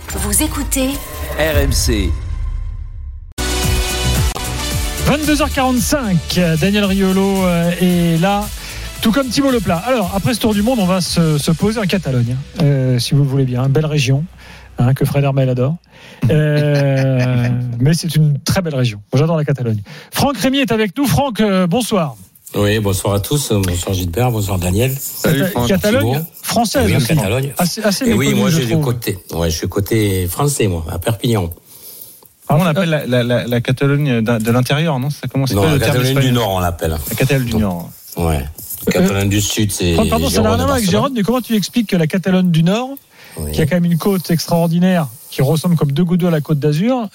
Vous écoutez RMC. 22h45, Daniel Riolo est là, tout comme Thibaut Leplat. Alors, après ce tour du monde, on va se poser en Catalogne, si vous le voulez bien. Une belle région, que Fred Hermel adore. Mais c'est une très belle région. Moi, j'adore la Catalogne. Franck Rémy est avec nous. Franck, bonsoir. Oui, bonsoir à tous. Bonsoir Gilbert, bonsoir Daniel. Salut Franck. Catalogne française. Oui, aussi. Catalogne. Assez Et oui, moi je j'ai du côté. Ouais, je suis côté français, moi, à Perpignan. On appelle la Catalogne de l'intérieur, non? Ça commence. Non, la Catalogne du Nord, on l'appelle. La Catalogne du Nord. Ouais. La Catalogne du Sud, c'est. Pardon, ça n'a rien à voir avec Gérone, mais comment tu expliques que la Catalogne du Nord, qui a quand même une côte extraordinaire, qui ressemble comme deux gouttes d'eau à la Côte d'Azur,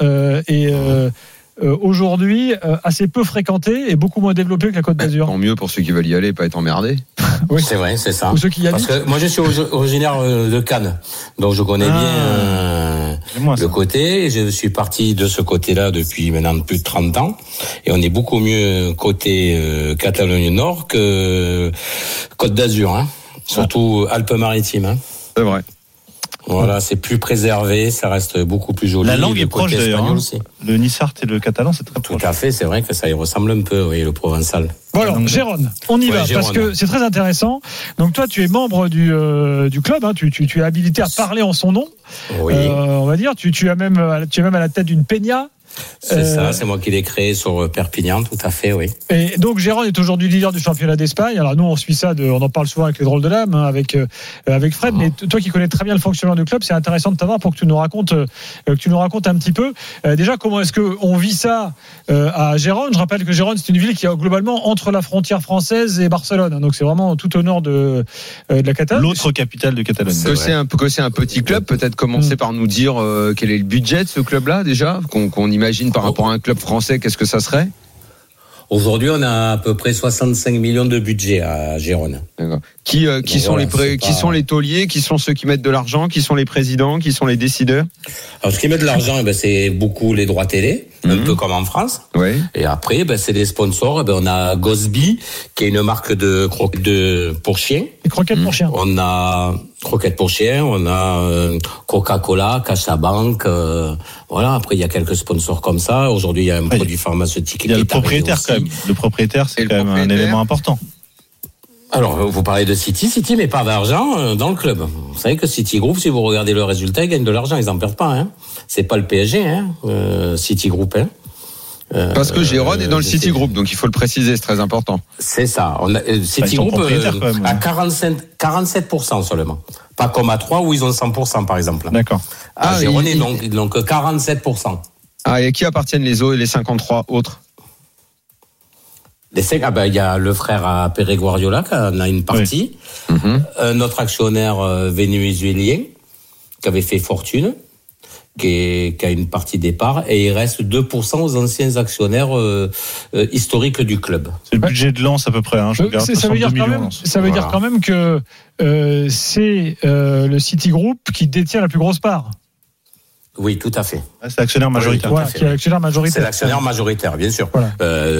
aujourd'hui assez peu fréquentée et beaucoup moins développée que la Côte d'Azur. Tant mieux pour ceux qui veulent y aller et pas être emmerdés. Oui, c'est vrai, c'est ça. Ou ceux qui y habitent. Parce que moi, je suis originaire de Cannes, donc je connais bien le côté. Je suis parti de ce côté-là depuis maintenant plus de 30 ans, et on est beaucoup mieux côté Catalogne Nord que Côte d'Azur, surtout Alpes-Maritimes. C'est vrai. Voilà, c'est plus préservé, ça reste beaucoup plus joli. La langue est proche d'ailleurs. Le nissart et le catalan, c'est très proche. Tout à fait, c'est vrai que ça y ressemble un peu, oui, le provençal. Bon alors, Gérone, on y va, parce que c'est très intéressant. Donc toi, tu es membre du club, tu es habilité à parler en son nom. Oui. On va dire, tu es même à la tête d'une peña. C'est ça, c'est moi qui l'ai créé sur Perpignan, tout à fait, oui. Et donc Gérone est aujourd'hui leader du championnat d'Espagne. Alors nous on suit ça, on en parle souvent avec les drôles de l'âme, avec Fred. Mais toi qui connais très bien le fonctionnement du club, c'est intéressant de t'avoir pour que tu nous racontes un petit peu. Déjà, comment est-ce que on vit ça à Gérone? Je rappelle que Gérone c'est une ville qui est globalement entre la frontière française et Barcelone. Donc c'est vraiment tout au nord de la Catalogne. L'autre capitale de Catalogne. Que c'est un petit club. Peut-être commencer par nous dire quel est le budget de ce club-là déjà, qu'on imagine par rapport à un club français, qu'est-ce que ça serait? Aujourd'hui, on a à peu près 65 millions de budget à Gérone. D'accord. Qui sont les tauliers, qui sont ceux qui mettent de l'argent, qui sont les présidents, qui sont les décideurs? Alors, ceux qui mettent de l'argent, c'est beaucoup les droits télé, un peu comme en France. Oui. Et après, c'est des sponsors. On a Gosby, qui est une marque de croquettes pour chiens. Les croquettes pour chiens. On a croquettes pour chiens, on a Coca-Cola, CaixaBank, voilà. Après, il y a quelques sponsors comme ça. Aujourd'hui, il y a un produit pharmaceutique. Il y a le propriétaire quand même. Le propriétaire, c'est quand même un élément important. Alors, vous parlez de City met pas d'argent dans le club. Vous savez que City Group, si vous regardez le résultat, ils gagnent de l'argent, ils en perdent pas. C'est pas le PSG, City Group. Parce que Gérone est dans le City Group, donc il faut le préciser, c'est très important. C'est ça. On a City Group à 47% seulement. Pas comme à 3 où ils ont 100% par exemple. D'accord. À Gérone, donc 47%. Ah, et à qui appartiennent les 53 autres? Il y a le frère à Pere Guardiola qui en a une partie. Oui. Notre actionnaire vénézuélien qui avait fait fortune, qui a une partie des parts, et il reste 2% aux anciens actionnaires historiques du club. C'est le budget de Lens à peu près. Ça veut dire quand même que c'est le City Group qui détient la plus grosse part. Oui, tout à fait. C'est l'actionnaire majoritaire. Qui est l'actionnaire majoritaire. C'est l'actionnaire majoritaire, bien sûr. Voilà.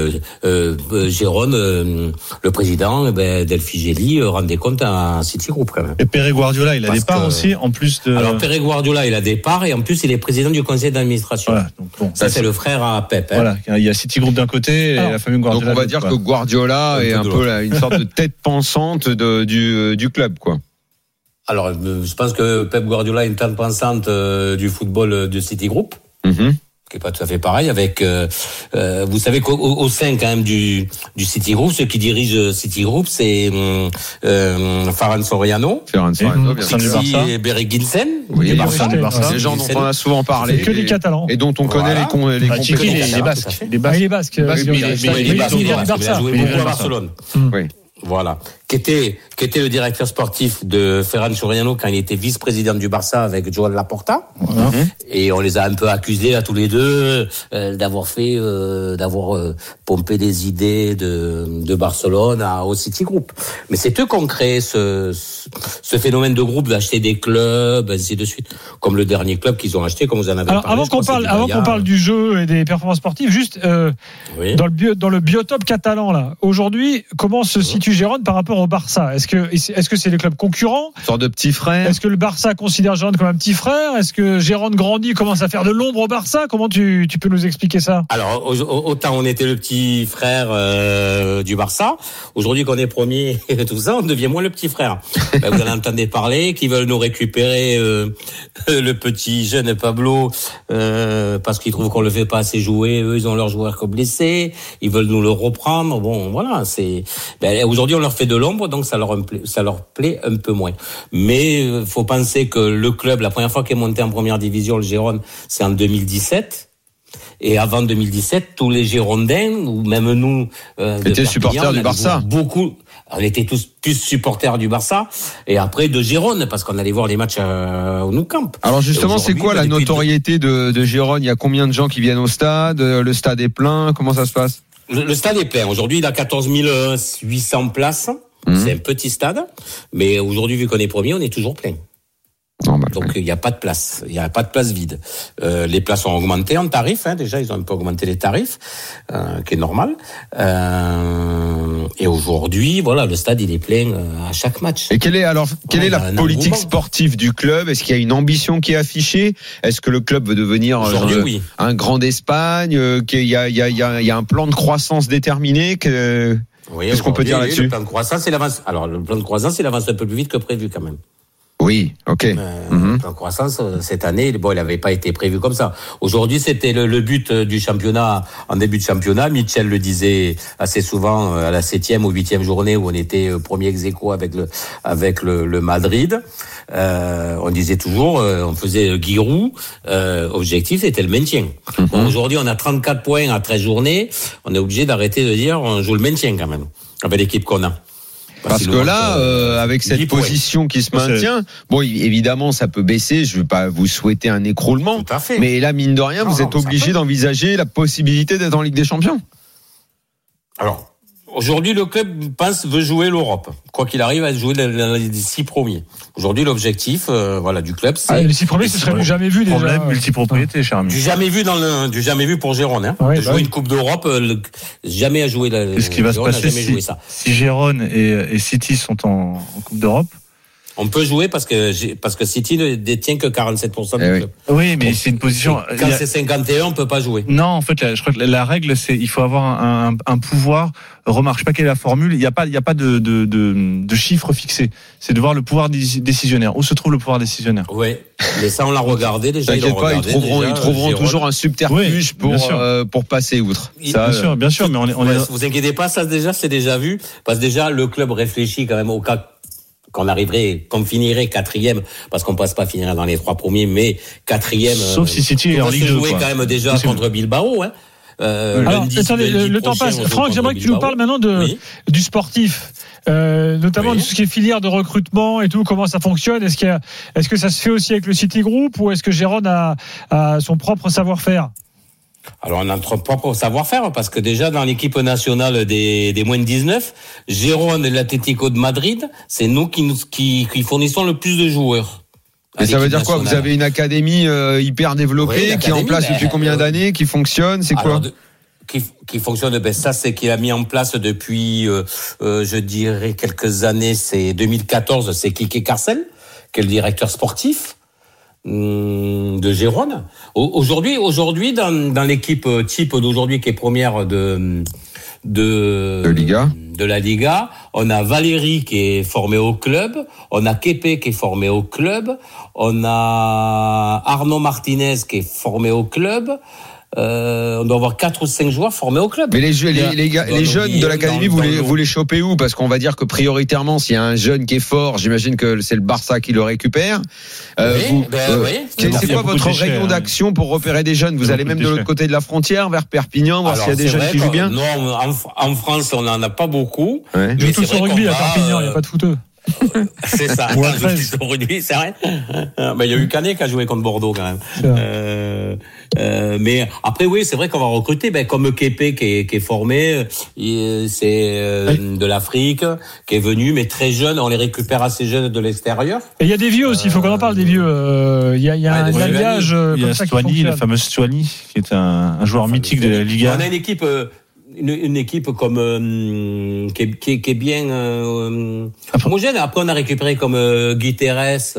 Gérone, le président, Delphi Gély, rendait compte à City Group quand même. Et Pere Guardiola, il a des parts aussi, en plus de. Alors Pere Guardiola, il a des parts et en plus il est président du conseil d'administration. Voilà, donc bon, ça c'est le frère à Pep. Voilà, il y a City Group d'un côté et la famille Guardiola. Donc on va dire que Guardiola est un peu une sorte de tête pensante du club, quoi. Alors, je pense que Pep Guardiola est une tête pensante du football de City Group, qui est pas tout à fait pareil. Avec, vous savez qu'au sein quand même du City Group, ceux qui dirigent City Group, c'est Ferran Soriano, et Berreguinsen, du Barça. Des gens dont on a souvent parlé, que les Catalans, et dont on connaît les compétences. Les Basques. Il est basque. Il a joué beaucoup à Barcelone. Oui. Voilà. Qui était le directeur sportif de Ferran Soriano quand il était vice-président du Barça avec Joan Laporta. Et on les a un peu accusés là tous les deux d'avoir pompé des idées de Barcelone au City Group. Mais c'est eux qui ont créé ce phénomène de groupe d'acheter des clubs, ainsi de suite. Comme le dernier club qu'ils ont acheté, comme vous en avez parlé. Avant qu'on parle du jeu et des performances sportives, juste dans le biotope catalan là. Aujourd'hui, comment se situe Gérone par rapport au Barça? Est-ce que c'est les clubs concurrents? Une sorte de petit frère. Est-ce que le Barça considère Gérone comme un petit frère? Est-ce que Gérone grandit, commence à faire de l'ombre au Barça? Comment tu peux nous expliquer ça? Alors, autant on était le petit frère du Barça, aujourd'hui qu'on est premier et tout ça, on devient moins le petit frère. Vous en entendez parler, qui veulent nous récupérer le petit jeune Pablo parce qu'ils trouvent qu'on le fait pas assez jouer. Eux, ils ont leurs joueurs comme blessés, ils veulent nous le reprendre. Bon, voilà, aujourd'hui on leur fait de l'ombre, donc ça leur plaît un peu moins. Mais faut penser que le club, la première fois qu'il est monté en première division, le Gérone, c'est en 2017. Et avant 2017, tous les Girondins, ou même nous, étaient supporters du Barça. On était tous plus supporters du Barça, et après de Gérone, parce qu'on allait voir les matchs au Nou Camp. Alors justement, c'est quoi la notoriété de Gérone? Il y a combien de gens qui viennent au stade? Le stade est plein? Comment ça se passe? Le stade est plein. Aujourd'hui, il a 14 800 places. C'est un petit stade, mais aujourd'hui, vu qu'on est premier, on est toujours plein. Normal, donc il n'y a pas de place, il n'y a pas de place vide. Les places ont augmenté en tarifs, déjà ils ont un peu augmenté les tarifs, qui est normal. Et aujourd'hui, voilà, le stade il est plein à chaque match. Et quelle est la politique sportive du club? Est-ce qu'il y a une ambition qui est affichée? Est-ce que le club veut devenir un grand d'Espagne? Qu'il y a un plan de croissance déterminé? Qu'est-ce qu'on peut dire là-dessus? Le plan de croissance, le plan de croissance, il avance un peu plus vite que prévu quand même. Oui, ok. Le plan de croissance, cette année, il n'avait pas été prévu comme ça. Aujourd'hui, c'était le but du championnat, en début de championnat. Michel le disait assez souvent à la 7e ou 8e journée où on était premier ex-aequo avec le Madrid. On disait toujours, on faisait Giroud, objectif, c'était le maintien. Bon, aujourd'hui, on a 34 points à 13 journées. On est obligé d'arrêter de dire, on joue le maintien quand même, avec l'équipe qu'on a. Parce que là, avec cette position qui se maintient, bon, évidemment, ça peut baisser. Je ne veux pas vous souhaiter un écroulement. Tout à fait. Mais là, mine de rien, vous êtes obligé d'envisager la possibilité d'être en Ligue des Champions. Alors, aujourd'hui, le club veut jouer l'Europe. Quoi qu'il arrive, à jouer dans les 6 premiers. Aujourd'hui, l'objectif, du club, c'est. Les 6 premiers, ce serait du jamais vu déjà. Problème multipropriété, cher ami. Du jamais vu pour Gérone, hein. Ouais, jouer une Coupe d'Europe, jamais à jouer ce qui va se passer si Gérone et City sont en Coupe d'Europe. On peut jouer parce que City ne détient que 47% du club. Oui, mais c'est une position. Quand c'est 51, on peut pas jouer. Non, en fait, je crois que la règle, c'est il faut avoir un pouvoir. Remarque, je sais pas quelle est la formule. Il y a pas de chiffre fixé. C'est de voir le pouvoir décisionnaire. Où se trouve le pouvoir décisionnaire? Oui, mais ça on l'a regardé déjà. T'inquiète pas, ils trouveront toujours un subterfuge pour passer outre. Bien sûr, mais vous inquiétez pas, ça déjà c'est déjà vu parce que déjà le club réfléchit quand même au cas qu'on finirait 4e, parce qu'on passe pas finir dans les 3 premiers, mais 4e. Sauf si City est en Ligue 2. On va jouer quand même déjà contre Bilbao, hein. Alors, attendez, le temps passe. Franck, j'aimerais que tu nous parles maintenant du sportif, notamment de ce qui est filière de recrutement et tout, comment ça fonctionne. Est-ce que ça se fait aussi avec le City Group ou est-ce que Gérone a son propre savoir-faire? Alors, on a notre propre savoir-faire, parce que déjà, dans l'équipe nationale des moins de 19, Gérone et l'Atlético de Madrid, c'est nous qui fournissons le plus de joueurs. Et ça veut dire quoi? Vous avez une académie hyper développée, qui est en place depuis combien d'années, qui fonctionne? C'est quoi? Qui fonctionne, ça c'est qu'il a mis en place depuis, je dirais quelques années, c'est 2014, c'est Kike Carcel, qui est le directeur sportif de Gérone. Aujourd'hui, dans l'équipe type d'aujourd'hui qui est première de la Liga, on a Valérie qui est formé au club, on a Kepe qui est formé au club, on a Arnaud Martinez qui est formé au club. On doit avoir 4 ou 5 joueurs formés au club. Mais les jeunes de l'académie, vous les chopez où? Parce qu'on va dire que prioritairement, s'il y a un jeune qui est fort, j'imagine que c'est le Barça qui le récupère. C'est quoi votre rayon d'action pour repérer des jeunes? Vous allez même de l'autre côté de la frontière, vers Perpignan, voir s'il y a des jeunes qui jouent bien? Non, en France, on n'en a pas beaucoup. Ouais. Mais tous au rugby à Perpignan, il n'y a pas de footeux. C'est ça. Aujourd'hui, c'est vrai. Mais il y a eu Canet qui a joué contre Bordeaux quand même. Mais après, oui, c'est vrai qu'on va recruter, comme Kepe qui est formé, c'est de l'Afrique, qui est venu, mais très jeune. On les récupère assez jeunes de l'extérieur. Et il y a des vieux aussi. Il faut qu'on en parle des vieux. Il y a un alliage. Il y a Stuani, la fameuse Stuani, qui est un joueur mythique de la Liga. On a une équipe. une équipe comme qui est bien homogène. Après, on a récupéré comme Guy Thérèse,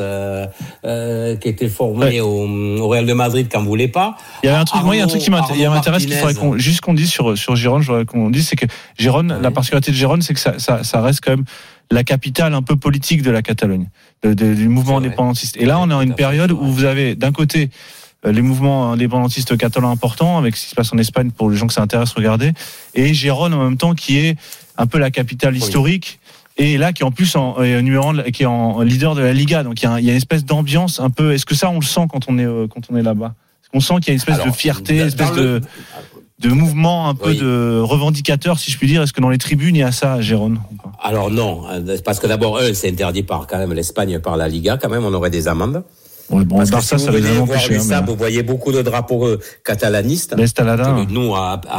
qui était formé au Real de Madrid quand on voulait pas. Il y a un truc, il y a un truc qui m'intéresse, qu'il faudrait qu'on dise sur Gérone, je voudrais qu'on dise, c'est que Gérone, la particularité de Gérone, c'est que ça reste quand même la capitale un peu politique de la Catalogne, du mouvement indépendantiste. Et là, on est en une période où vous avez d'un côté les mouvements indépendantistes catalans importants, avec ce qui se passe en Espagne pour les gens que ça intéresse, regarder, et Gérone en même temps qui est un peu la capitale historique, et là qui est en plus qui est en leader de la Liga, donc il y a une espèce d'ambiance un peu. Est-ce que ça on le sent quand on est là-bas? Est-ce qu'on sent qu'il y a une espèce de fierté, une espèce de mouvement un peu de revendicateur, si je puis dire? Est-ce que dans les tribunes il y a ça à Gérone? Alors non, parce que d'abord c'est interdit par quand même l'Espagne, par la Liga, quand même on aurait des amendes. Oui, bon, parce Barça, que si ça vous va venez voir empêcher, vous voyez beaucoup de drapeaux catalanistes. L'Estalada. Nous,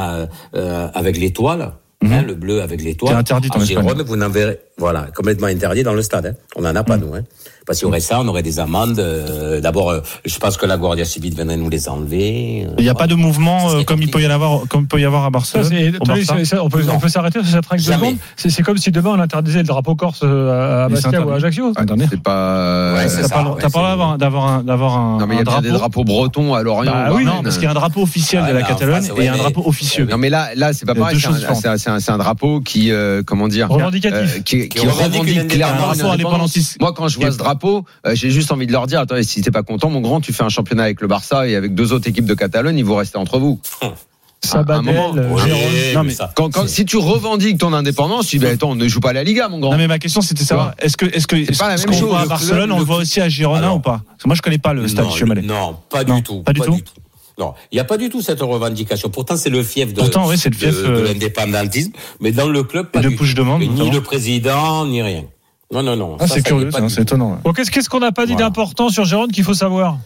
avec l'étoile, le bleu avec l'étoile. C'est interdit en Gérone, vous n'en verrez, voilà, complètement interdit dans le stade. On n'en a pas, nous. Parce qu'il y aurait ça, on aurait des amendes. D'abord, je pense que la Guardia Civile viendrait nous les enlever. Il n'y a pas de mouvement comme il peut y avoir à Barcelone. On peut s'arrêter sur cette règle de seconde. C'est comme si demain on interdisait le drapeau corse à Bastia ou à Ajaccio. C'est pas. T'as pas d'avoir un. Non, mais il y a bien des drapeaux bretons à Lorient. Oui, non, parce qu'il y a un drapeau officiel de la Catalogne et un drapeau officieux. Non, mais là, c'est pas pareil. C'est un drapeau qui, comment dire, revendicatif, qui revendique clairement l'indépendance. Moi, quand je vois ce drapeau, j'ai juste envie de leur dire, attends, si t'es pas content, mon grand, tu fais un championnat avec le Barça et avec 2 autres équipes de Catalogne, ils vont rester entre vous. Sabadell, Gérone. Si tu revendiques ton indépendance, tu dis, attends, on ne joue pas à la Liga, mon grand. Non, mais ma question, c'était savoir, est-ce que ce qu'on voit à Barcelone, on le voit aussi à Girona ou pas? Parce que moi, je connais pas le stade Chumalet. Non, pas du tout. Non, il n'y a pas du tout cette revendication. Pourtant, c'est le fief de l'indépendantisme. Mais dans le club, pas du tout. Ni le président, ni rien. Non. C'est curieux, c'est étonnant. Bon, qu'est-ce qu'on n'a pas dit d'important sur Gérone qu'il faut savoir?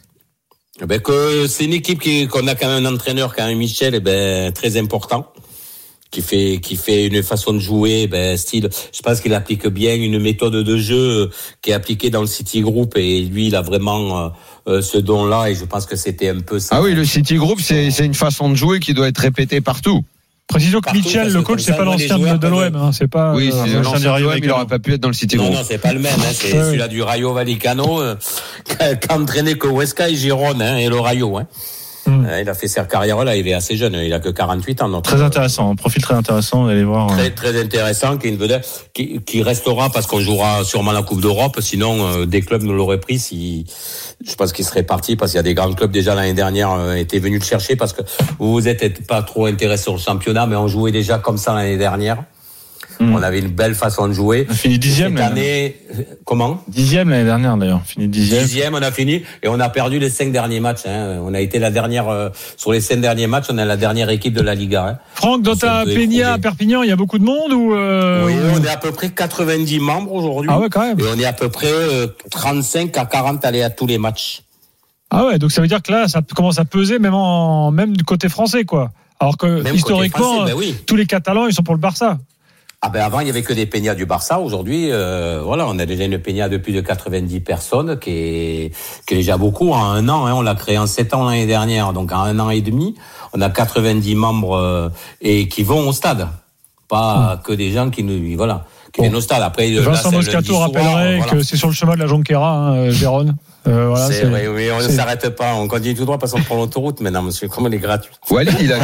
Que c'est une équipe qu'on a quand même un entraîneur, quand même Michel, très important, qui fait une façon de jouer, style. Je pense qu'il applique bien une méthode de jeu qui est appliquée dans le City Group, et lui, il a vraiment ce don-là, et je pense que c'était un peu ça. Ah oui, le City Group, c'est une façon de jouer qui doit être répétée partout. Précisons que Michel, le coach, c'est pas l'ancien de l'OM, c'est pas. Oui, c'est l'ancien de l'OM, il aurait pas pu être dans le City Group. Non, c'est pas le même, c'est celui-là du Rayo Vallecano, qui a entraîné que Huesca et Gérone, et le Rayo, Il a fait sa carrière là, il est assez jeune, il a que 48 ans. Très intéressant, un profil très intéressant, d'aller voir. Très intéressant, qui est une vedette, qui restera parce qu'on jouera sûrement la Coupe d'Europe, sinon des clubs nous l'auraient pris je pense qu'il serait parti, parce qu'il y a des grands clubs déjà l'année dernière étaient venus le chercher, parce que vous êtes pas trop intéressé sur le championnat, mais on jouait déjà comme ça l'année dernière. On avait une belle façon de jouer. On a fini 10e. Cette année, comment? 10e l'année dernière, d'ailleurs. Fini 10e. 10e, on a fini, et on a perdu les 5 derniers matchs, On a été la dernière, sur les 5 derniers matchs, on est la dernière équipe de la Liga, Franck, dans ta Peña à Perpignan, il y a beaucoup de monde Oui, on est à peu près 90 membres aujourd'hui. Ah ouais, quand même. Et on est à peu près 35 à 40 allés à tous les matchs. Ah ouais, donc ça veut dire que là, ça commence à peser même du côté français, quoi. Alors que, même historiquement, tous les Catalans, ils sont pour le Barça. Avant, il y avait que des peñas du Barça. Aujourd'hui, on a déjà une peña de plus de 90 personnes, qui est déjà beaucoup en un an. On l'a créé en 7 ans l'année dernière, donc en 1 an et demi, on a 90 membres et qui vont au stade. Pas que des gens qui viennent au stade. Après, Vincent Moscato rappellerait que c'est sur le chemin de la Jonquera, Gérone. C'est vrai, oui, on ne s'arrête pas, on continue tout droit parce qu'on prend l'autoroute maintenant, monsieur, comme elle est gratuite. Walid, il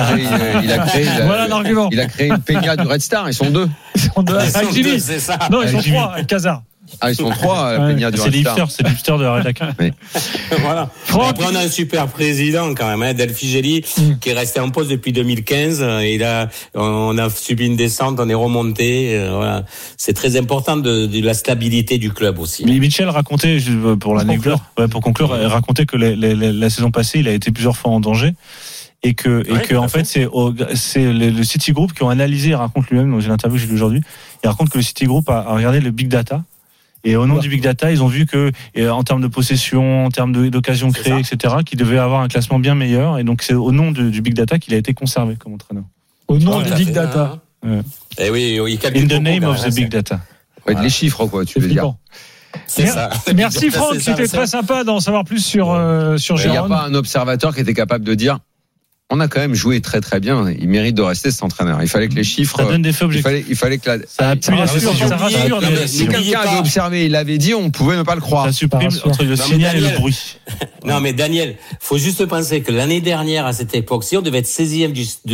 a créé une peña du Red Star, ils sont 2. Ils sont 2, avec Jimmy. C'est ça. Non, ils sont 3, avec Casar. Ah, ils sont 3, la peña du Red Star. C'est l'hipster de la rédaction. Oui. Voilà. Après, on a un super président, quand même, Delphi Gély, qui est resté en poste depuis 2015. On a subi une descente, on est remonté, voilà. C'est très important de la stabilité du club aussi. Mais Michel racontait, pour l'anecdote, pour conclure, racontait que la saison passée, il a été plusieurs fois en danger. Et que en fait c'est le City Group qui ont analysé, il raconte lui-même dans une interview que j'ai lue aujourd'hui, il raconte que le City Group a regardé le Big Data, et au nom du Big Data, ils ont vu que en termes de possession, en termes d'occasions créées, etc., qu'il devait avoir un classement bien meilleur, et donc c'est au nom du Big Data qu'il a été conservé comme entraîneur. Au nom du Big Data. Et oui, in the name of the Big Data. Les chiffres, quoi, tu veux dire. C'est ça. Merci Franck, c'était très sympa d'en savoir plus sur Gérone. Il n'y a pas un observateur qui était capable de dire on a quand même joué très très bien. Il mérite de rester cet entraîneur. Il fallait que les chiffres. Ça donne des faits objectifs. Il fallait que ça appuie la décision. Si quelqu'un avait observé, il l'avait dit, on pouvait ne pas le croire. Ça supprime entre le signal et le bruit. Non, mais Daniel, faut juste penser que l'année dernière, à cette époque-ci, on devait être 16e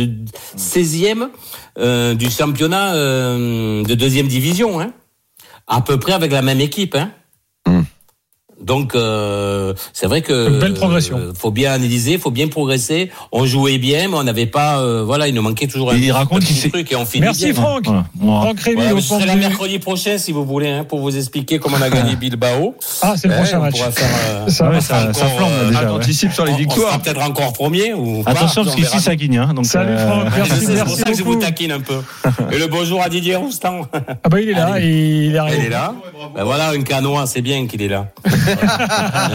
du championnat de deuxième division, hein. À peu près avec la même équipe, hein. Donc c'est vrai que une belle progression. Faut bien analyser, faut bien progresser. On jouait bien, mais on n'avait pas il nous manquait toujours un petit truc et on finit Merci bien. Franck. Franck Rémy, ce sera la mercredi prochain si vous voulez, pour vous expliquer comment on a gagné Bilbao. C'est le prochain match. Ça flambe déjà. Anticipe sur les victoires. On sera peut-être encore premier ou attention parce qu'ici ça gagne, hein. Donc salut Franck, merci c'est pour ça que je vous taquine un peu. Et le bonjour à Didier Roustan. Il est là, il est arrivé. Il est là. Voilà, un canois, c'est bien qu'il est là.